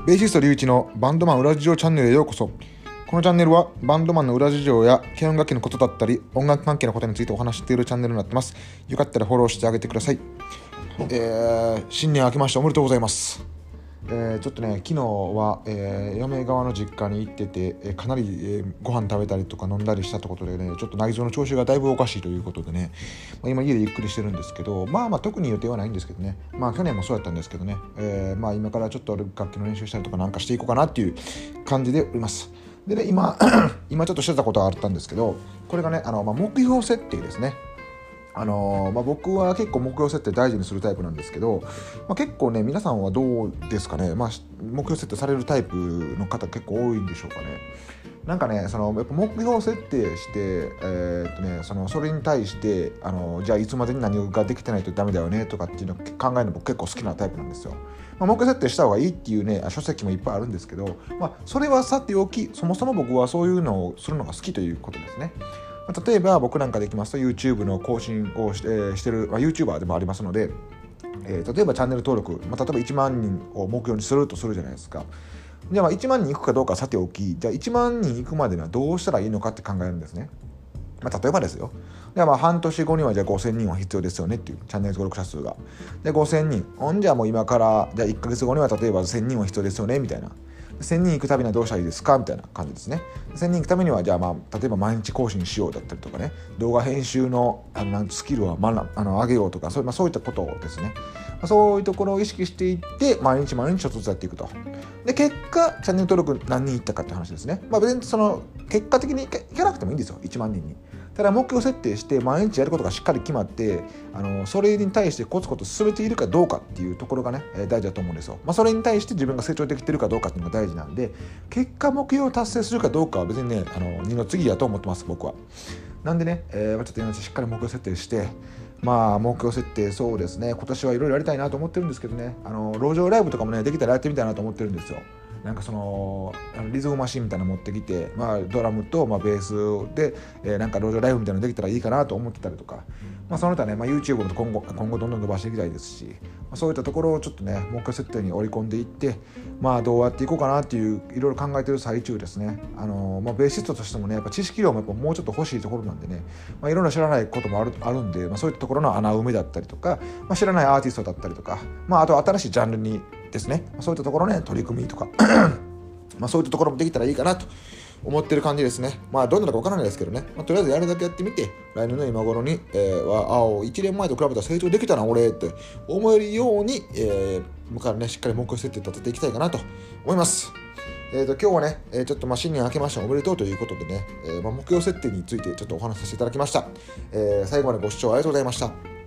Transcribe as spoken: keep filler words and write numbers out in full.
ベーシスト龍一のバンドマン裏事情チャンネルへようこそ。このチャンネルはバンドマンの裏事情や軽音楽器のことだったり音楽関係のことについてお話しているチャンネルになってます。よかったらフォローしてあげてください。えー、新年明けましておめでとうございます。えー、ちょっとね昨日は、えー、嫁側の実家に行ってて、えー、かなり、えー、ご飯食べたりとか飲んだりしたってことでね、ちょっと内臓の調子がだいぶおかしいということでね、まあ、今家でゆっくりしてるんですけど、まあまあ特に予定はないんですけどね、まあ去年もそうやったんですけどね、えー、まあ今からちょっと楽器の練習したりとかなんかしていこうかなっていう感じでおります。でね、今今ちょっとしてたことがあったんですけど、これがねあの、まあ、目標設定ですね。あのーまあ、僕は結構目標設定大事にするタイプなんですけど、まあ、結構ね皆さんはどうですかね、まあ、目標設定されるタイプの方結構多いんでしょうかね。なんかねそのやっぱ目標設定して、えーっとね、そのそれに対してあのじゃあいつまでに何ができてないとダメだよねとかっていうのを考えるの僕結構好きなタイプなんですよ。まあ、目標設定した方がいいっていうね書籍もいっぱいあるんですけど、まあ、それはさておきそもそも僕はそういうのをするのが好きということですね。例えば僕なんかできますと YouTube の更新をし、えー、してる、まあ、YouTuber でもありますので、えー、例えばチャンネル登録、まあ、例えばいちまんにんを目標にするとするじゃないですか。じゃあまあいちまんにんいくかどうかさておき、じゃあいちまんにんいくまでにはどうしたらいいのかって考えるんですね。まあ、例えばですよ。でまあ半年後にはじゃあごせんにんは必要ですよねっていうチャンネル登録者数が。でごせんにん。ほんじゃあもう今からじゃあいっかげつごには例えばせんにんは必要ですよねみたいな。せんにん行くためにはどうしたらいいですかみたいな感じですね。せんにん行くためにはじゃあまあ例えば毎日更新しようだったりとかね、動画編集のあのスキルを、まあ、あの上げようとかそう、まあ、そういったことですね。そういうところを意識していって毎日毎日ちょっとずつやっていくと。で結果チャンネル登録何人いったかって話ですね。まあ別にその結果的にいかなくてもいいんですよ、いちまんにんに。ただ目標設定して毎日やることがしっかり決まってあのそれに対してコツコツ進めているかどうかっていうところがね大事だと思うんですよ。まあ、それに対して自分が成長できているかどうかっていうのが大事なんで、結果目標を達成するかどうかは別にねあの二の次だと思ってます僕は。なんでね、えー、ちょっと今しっかり目標設定してまあ目標設定そうですね、今年はいろいろやりたいなと思ってるんですけどね、あの路上ライブとかもねできたらやってみたいなと思ってるんですよ。なんかそのリズムマシンみたいなの持ってきて、まあ、ドラムと、まあ、ベースで、えー、なんか路上ライブみたいなのできたらいいかなと思ってたりとか、まあ、その他ね、まあ、YouTube も今後今後どんどん伸ばしていきたいですし、まあ、そういったところをちょっとね目標設定に織り込んでいって、まあ、どうやっていこうかなっていういろいろ考えてる最中ですね。あのーまあ、ベーシストとしてもねやっぱ知識量もやっぱもうちょっと欲しいところなんでね、まあ、いろんな知らないこともある、あるんで、まあ、そういったところの穴埋めだったりとか、まあ、知らないアーティストだったりとか、まあ、あと新しいジャンルにですね、そういったところね取り組みとかまあそういったところもできたらいいかなと思ってる感じですね。まあどんなのかわからないですけどね、まあ、とりあえずやるだけやってみて来年の今頃に、えー、はあいちねんまえと比べたら成長できたな俺って思えるように、えー、向からねしっかり目標設定立てていきたいかなと思います。えー、と今日はね、えー、ちょっとまあ新年明けましておめでとうということでね、えーまあ、目標設定についてちょっとお話しさせていただきました。えー、最後までご視聴ありがとうございました。